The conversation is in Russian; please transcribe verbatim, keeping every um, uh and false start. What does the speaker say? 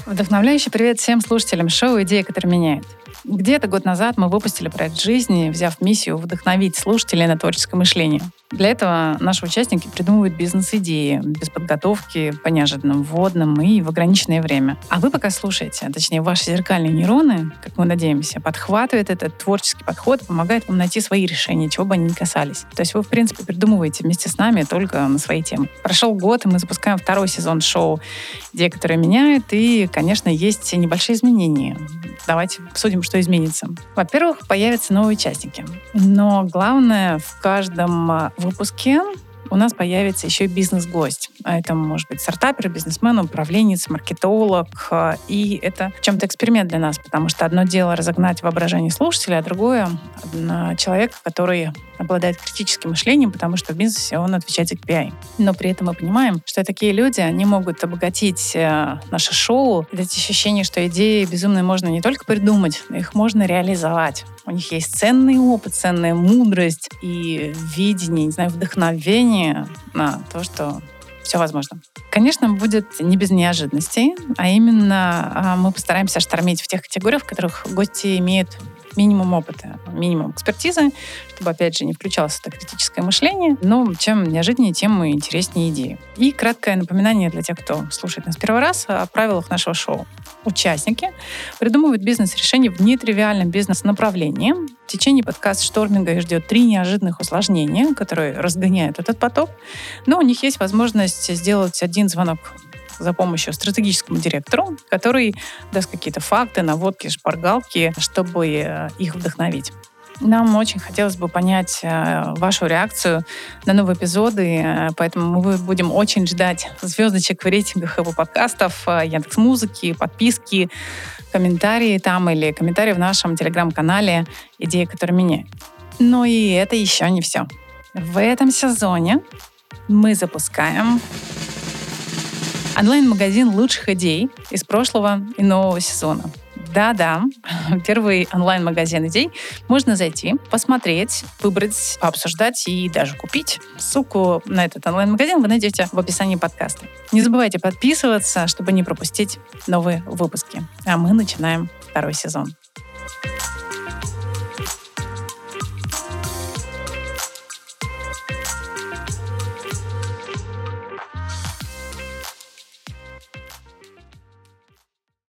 Вдохновляющий привет всем слушателям шоу «Идея, которая меняет». Где-то год назад мы выпустили проект жизни, взяв миссию вдохновить слушателей на творческое мышление. Для этого наши участники придумывают бизнес-идеи без подготовки, по неожиданным вводным и в ограниченное время. А вы пока слушаете, а точнее ваши зеркальные нейроны, как мы надеемся, подхватывают этот творческий подход и помогают вам найти свои решения, чего бы они ни касались. То есть вы, в принципе, придумываете вместе с нами только на свои темы. Прошел год, и мы запускаем второй сезон шоу «Идея, которая меняет», и, конечно, есть небольшие изменения. Давайте обсудим, что изменится. Во-первых, появятся новые участники. Но главное, в каждом выпуске у нас появится еще и бизнес-гость. А это может быть стартапер, бизнесмен, управленец, маркетолог. И это в чем-то эксперимент для нас, потому что одно дело разогнать воображение слушателя, а другое — человека, который обладает критическим мышлением, потому что в бизнесе он отвечает за кей пи ай. Но при этом мы понимаем, что такие люди, они могут обогатить наше шоу, дать ощущение, что идеи безумные можно не только придумать, но их можно реализовать. У них есть ценный опыт, ценная мудрость и видение, не знаю, вдохновение на то, что все возможно. Конечно, будет не без неожиданностей, а именно мы постараемся штормить в тех категориях, в которых гости имеют минимум опыта, минимум экспертизы, чтобы, опять же, не включалось это критическое мышление. Но чем неожиданнее, тем и интереснее идеи. И краткое напоминание для тех, кто слушает нас первый раз, о правилах нашего шоу. Участники придумывают бизнес-решения в нетривиальном бизнес-направлении. В течение подкаст-шторминга их ждет три неожиданных усложнения, которые разгоняют этот поток. Но у них есть возможность сделать один звонок за помощью стратегическому директору, который даст какие-то факты, наводки, шпаргалки, чтобы их вдохновить. Нам очень хотелось бы понять вашу реакцию на новые эпизоды, поэтому мы будем очень ждать звездочек в рейтингах его подкастов, Яндекс.Музыки, подписки, комментарии там или комментарии в нашем телеграм-канале «Идея, которая меняет». Но и это еще не все. В этом сезоне мы запускаем онлайн-магазин лучших идей из прошлого и нового сезона. Да-да, первый онлайн-магазин идей. Можно зайти, посмотреть, выбрать, пообсуждать и даже купить. Ссылку на этот онлайн-магазин вы найдете в описании подкаста. Не забывайте подписываться, чтобы не пропустить новые выпуски. А мы начинаем второй сезон.